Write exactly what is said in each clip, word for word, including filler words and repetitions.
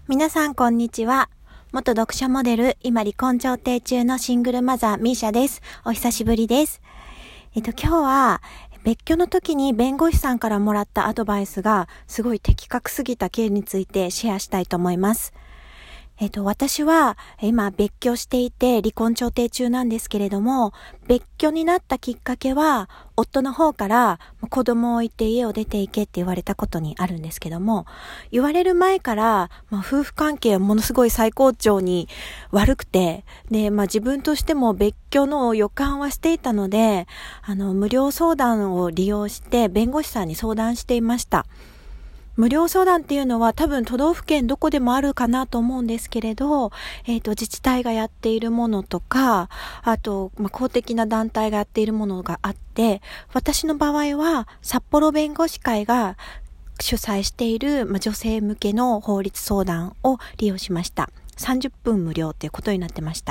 皆さんこんにちは。元読書モデル、今離婚調停中のシングルマザーミーシャです。お久しぶりです。えっと今日は別居の時に弁護士さんからもらったアドバイスがすごい的確すぎた件についてシェアしたいと思います。えっと、私は今別居していて離婚調停中なんですけれども、別居になったきっかけは夫の方から子供を置いて家を出て行けって言われたことにあるんですけども、言われる前から、まあ、夫婦関係はものすごい最高潮に悪くて、で、まあ自分としても別居の予感はしていたので、あの、無料相談を利用して弁護士さんに相談していました。無料相談っていうのは多分都道府県どこでもあるかなと思うんですけれど、えっと、自治体がやっているものとか、あと、まあ、公的な団体がやっているものがあって、私の場合は札幌弁護士会が主催している、まあ、女性向けの法律相談を利用しました。さんじゅっぷん無料ということになってました。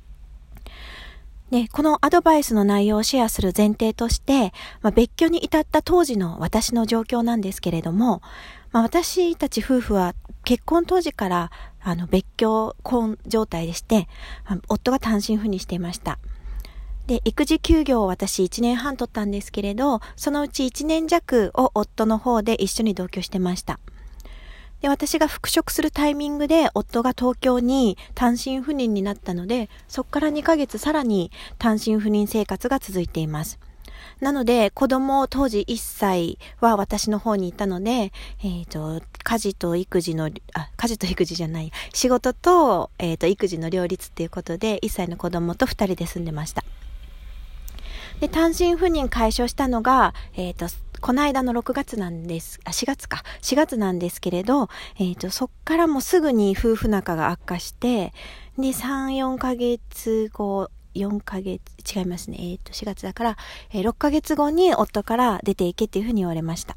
で、このアドバイスの内容をシェアする前提として、まあ、別居に至った当時の私の状況なんですけれども、まあ、私たち夫婦は結婚当時からあの別居婚状態でして、夫が単身赴任していました。で、育児休業を私いちねんはん取ったんですけれど、そのうちいちねん弱を夫の方で一緒に同居してました。で、私が復職するタイミングで夫が東京に単身赴任になったので、そこからにかげつさらに単身赴任生活が続いています。なので、子供当時いっさいは私の方にいたので、えっと、家事と育児の、あ、家事と育児じゃない、仕事と、えっと、育児の両立っていうことで、いっさいの子供とふたりで住んでました。で、単身赴任解消したのが、えっと、この間のろくがつなんです、あ、しがつか、しがつなんですけれど、えっと、そっからもうすぐに夫婦仲が悪化して、で、さん、よんかげつご、よんかげつ、違いますね。えっと、しがつだから、えー、ろっかげつごに夫から出ていけっていうふうに言われました。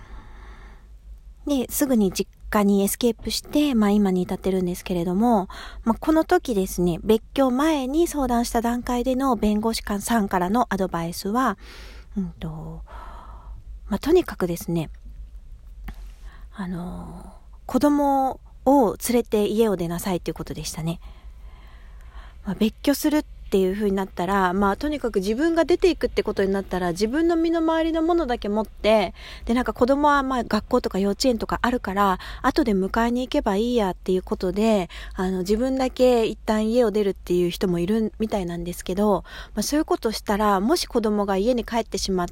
で、すぐに実家にエスケープして、まあ今に至ってるんですけれども、まあこの時ですね、別居前に相談した段階での弁護士さんからのアドバイスは、うんと、まあとにかくですね、あの、子供を連れて家を出なさいということでしたね。まあ、別居するっていう風になったら、まあとにかく自分が出ていくってことになったら、自分の身の回りのものだけ持って、でなんか子供はまあ学校とか幼稚園とかあるから、後で迎えに行けばいいやっていうことで、あの自分だけ一旦家を出るっていう人もいるみたいなんですけど、まあ、そういうことしたら、もし子供が家に帰ってしまって、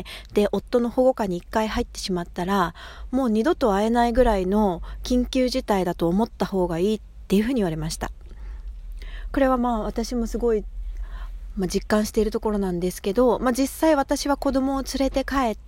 で夫の保護下に一回入ってしまったら、もう二度と会えないぐらいの緊急事態だと思った方がいいっていう風に言われました。これはまあ私もすごい、まあ、実感しているところなんですけど、まあ、実際私は子供を連れて帰って、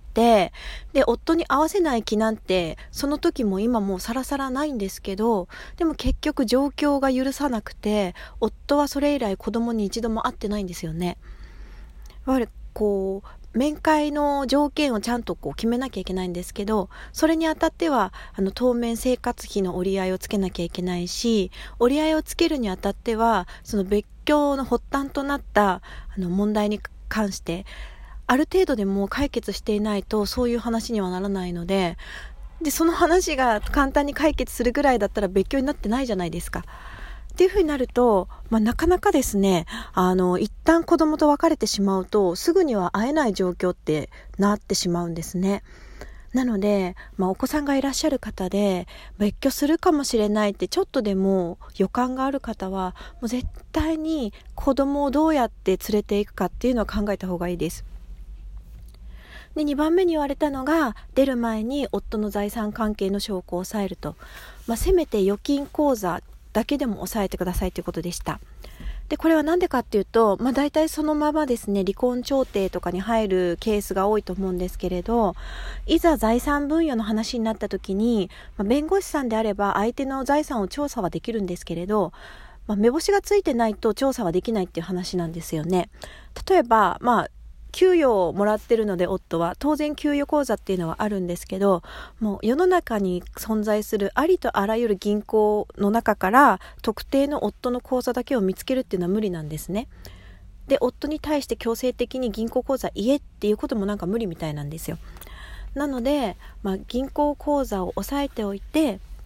で夫に会わせない気なんてその時も今もうさらさらないんですけど、でも結局状況が許さなくて、夫はそれ以来子供に一度も会ってないんですよね。やはりこう面会の条件をちゃんとこう決めなきゃいけないんですけど、それにあたってはあの当面生活費の折り合いをつけなきゃいけないし、折り合いをつけるにあたってはその別居の発端となったあの問題に関してある程度でも解決していないとそういう話にはならないので、でその話が簡単に解決するぐらいだったら別居になってないじゃないですか。っていう風になると、まあ、なかなかですね、あの一旦子供と別れてしまうとすぐには会えない状況ってなってしまうんですね。なので、まあ、お子さんがいらっしゃる方で別居するかもしれないってちょっとでも予感がある方は、もう絶対に子供をどうやって連れていくかっていうのを考えた方がいいです。でにばんめに言われたのが、出る前に夫の財産関係の証拠を押さえると、まあ、せめて預金口座だけでも抑えてくださいということでした。でこれはなんでかっていうと、まあ、大体そのままですね離婚調停とかに入るケースが多いと思うんですけれど、いざ財産分与の話になった時に、まあ、弁護士さんであれば相手の財産を調査はできるんですけれど、まあ、目星がついてないと調査はできないっていう話なんですよね。例えばまあ給与をもらってるので夫は当然給与口座っていうのはあるんですけど、もう世の中に存在するありとあらゆる銀行の中から特定の夫の口座だけを見つけるっていうのは無理なんですね。で夫に対して強制的に銀行口座言えっていうこともなんか無理みたいなんですよ。なので、まあ、銀行口座を押さえておいて、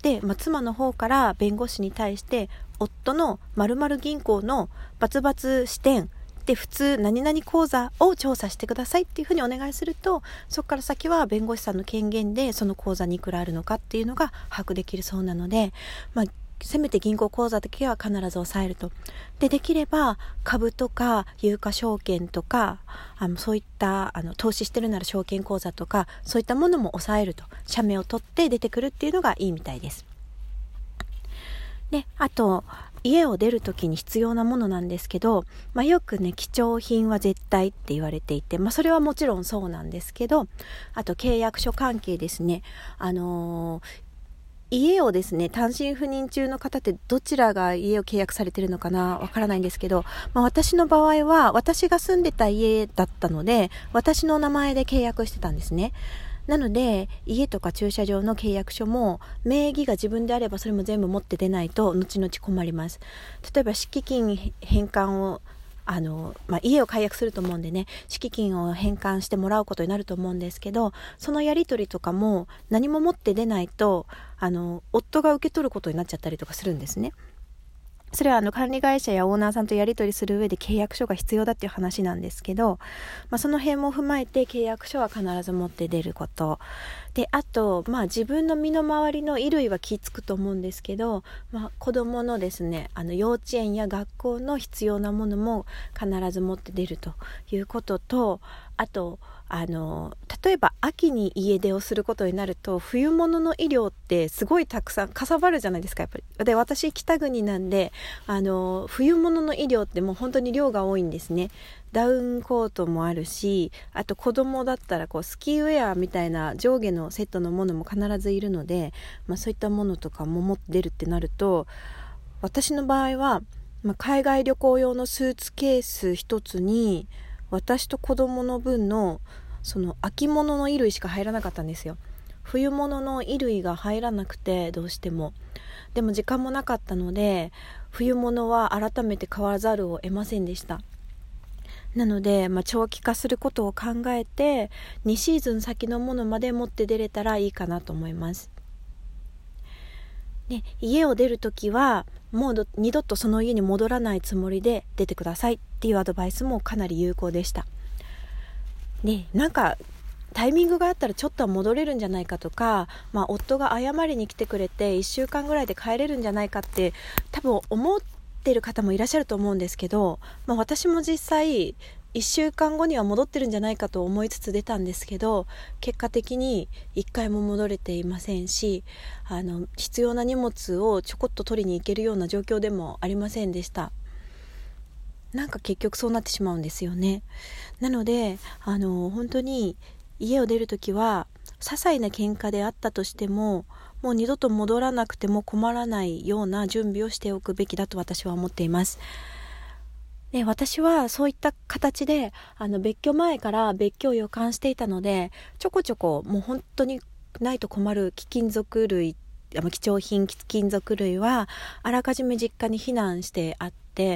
で、まあ、妻の方から弁護士に対して夫の〇〇銀行のバツバツ支店で普通何々口座を調査してくださいっていうふうにお願いすると、そこから先は弁護士さんの権限でその口座にいくらあるのかっていうのが把握できるそうなので、まあせめて銀行口座だけは必ず押さえると。で、できれば株とか有価証券とか、あのそういったあの投資してるなら証券口座とか、そういったものも押さえると。社名を取って出てくるっていうのがいいみたいです。で、あと家を出るときに必要なものなんですけど、まあ、よくね貴重品は絶対って言われていて、まあ、それはもちろんそうなんですけど、あと契約書関係ですね。あのー家をですね、単身赴任中の方ってどちらが家を契約されてるのかなわからないんですけど、まあ、私の場合は私が住んでた家だったので、私の名前で契約してたんですね。なので家とか駐車場の契約書も名義が自分であればそれも全部持って出ないと後々困ります。例えば敷金返還をあの、まあ、家を解約すると思うんでね、敷金を返還してもらうことになると思うんですけど、そのやり取りとかも何も持って出ないとあの夫が受け取ることになっちゃったりとかするんですね。それはあの管理会社やオーナーさんとやり取りする上で契約書が必要だっていう話なんですけど、まあ、その辺も踏まえて契約書は必ず持って出ることで、あと、まあ、自分の身の回りの衣類は気付くと思うんですけど、まあ、子どものですねあの幼稚園や学校の必要なものも必ず持って出るということと、あとあの例えば秋に家出をすることになると冬物の衣料ってすごいたくさんかさばるじゃないですか、やっぱり。で、私北国なんであの冬物の衣料ってもう本当に量が多いんですね。ダウンコートもあるし、あと子供だったらこうスキーウェアみたいな上下のセットのものも必ずいるので、まあ、そういったものとかも持って出るってなると、私の場合は、まあ、海外旅行用のスーツケース一つに私と子供の分のその秋物の衣類しか入らなかったんですよ。冬物の衣類が入らなくて、どうしても。でも時間もなかったので冬物は改めて買わざるを得ませんでした。なので、まあ、長期化することを考えてにシーズン先のものまで持って出れたらいいかなと思います。で、家を出るときはもう二度とその家に戻らないつもりで出てくださいっていうアドバイスもかなり有効でした。で、なんかタイミングがあったらちょっとは戻れるんじゃないかとか、まあ、夫が謝りに来てくれていっしゅうかんぐらいで帰れるんじゃないかって多分思ってる方もいらっしゃると思うんですけど、まあ、私も実際いっしゅうかんごには戻ってるんじゃないかと思いつつ出たんですけど、結果的にいっかいも戻れていませんし、あの必要な荷物をちょこっと取りに行けるような状況でもありませんでした。なんか結局そうなってしまうんですよね。なのであの本当に家を出るときは些細な喧嘩であったとしてももう二度と戻らなくても困らないような準備をしておくべきだと私は思っています。で、私はそういった形であの別居前から別居を予感していたので、ちょこちょこもう本当にないと困る貴金属類、貴重品貴金属類はあらかじめ実家に避難してあって、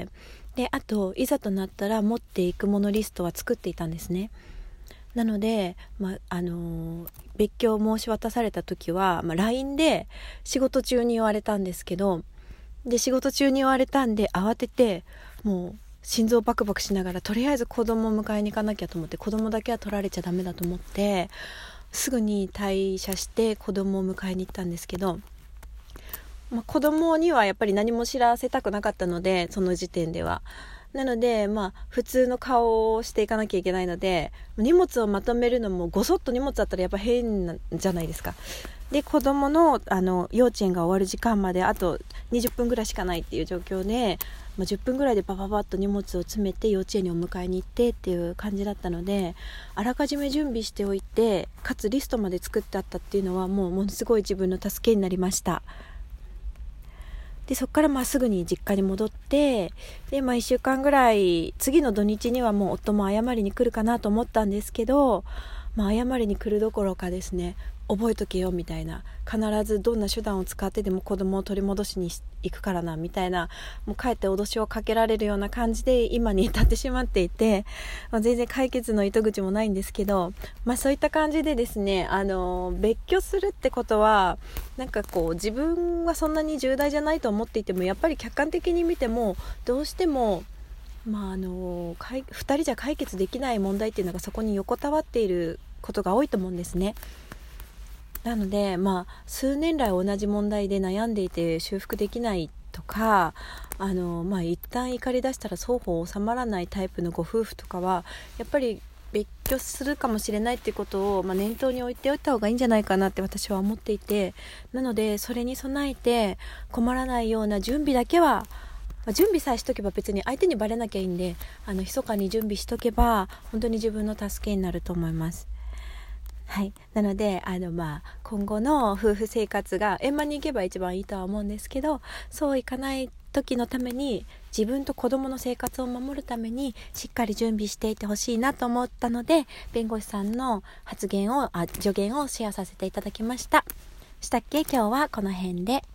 で、あといざとなったら持っていくものリストは作っていたんですね。なので、まああのー、別居を申し渡された時は、まあ、ライン で仕事中に言われたんですけど、で仕事中に言われたんで慌ててもう心臓バクバクしながらとりあえず子供を迎えに行かなきゃと思って、子供だけは取られちゃダメだと思ってすぐに退社して子供を迎えに行ったんですけど、まあ、子供にはやっぱり何も知らせたくなかったので、その時点では。なので、まあ、普通の顔をしていかなきゃいけないので、荷物をまとめるのもごそっと荷物あったらやっぱ変なんじゃないですか。で、子供の、あの幼稚園が終わる時間まであとにじゅっぷんぐらいしかないっていう状況で、まあ、じゅっぷんぐらいでバババッと荷物を詰めて幼稚園にお迎えに行ってっていう感じだったので、あらかじめ準備しておいてかつリストまで作ってあったっていうのはもうものすごい自分の助けになりました。でそこからまあすぐに実家に戻って、で、まあ、いっしゅうかんぐらい次の土日にはもう夫も謝りに来るかなと思ったんですけど、まあ、謝りに来るどころかですね、 覚えとけよみたいな、必ずどんな手段を使ってでも子供を取り戻しに行くからなみたいな、もうかえって脅しをかけられるような感じで今に至ってしまっていて、まあ、全然解決の糸口もないんですけど、まあそういった感じでですね、あの別居するってことはなんかこう自分はそんなに重大じゃないと思っていても、やっぱり客観的に見てもどうしてもまああのふたりじゃ解決できない問題っていうのがそこに横たわっていることが多いと思うんですね。なので、まあ、数年来同じ問題で悩んでいて修復できないとか、あの、まあ、一旦怒り出したら双方収まらないタイプのご夫婦とかはやっぱり別居するかもしれないっていうことを、まあ、念頭に置いておいた方がいいんじゃないかなって私は思っていて、なのでそれに備えて困らないような準備だけは、まあ、準備さえしとけば別に相手にバレなきゃいいんで、あの密かに準備しとけば本当に自分の助けになると思います。はい、なのであの、まあ、今後の夫婦生活が円満にいけば一番いいとは思うんですけど、そういかない時のために自分と子供の生活を守るためにしっかり準備していてほしいなと思ったので、弁護士さんの発言をあ助言をシェアさせていただきました。したっけ今日はこの辺で。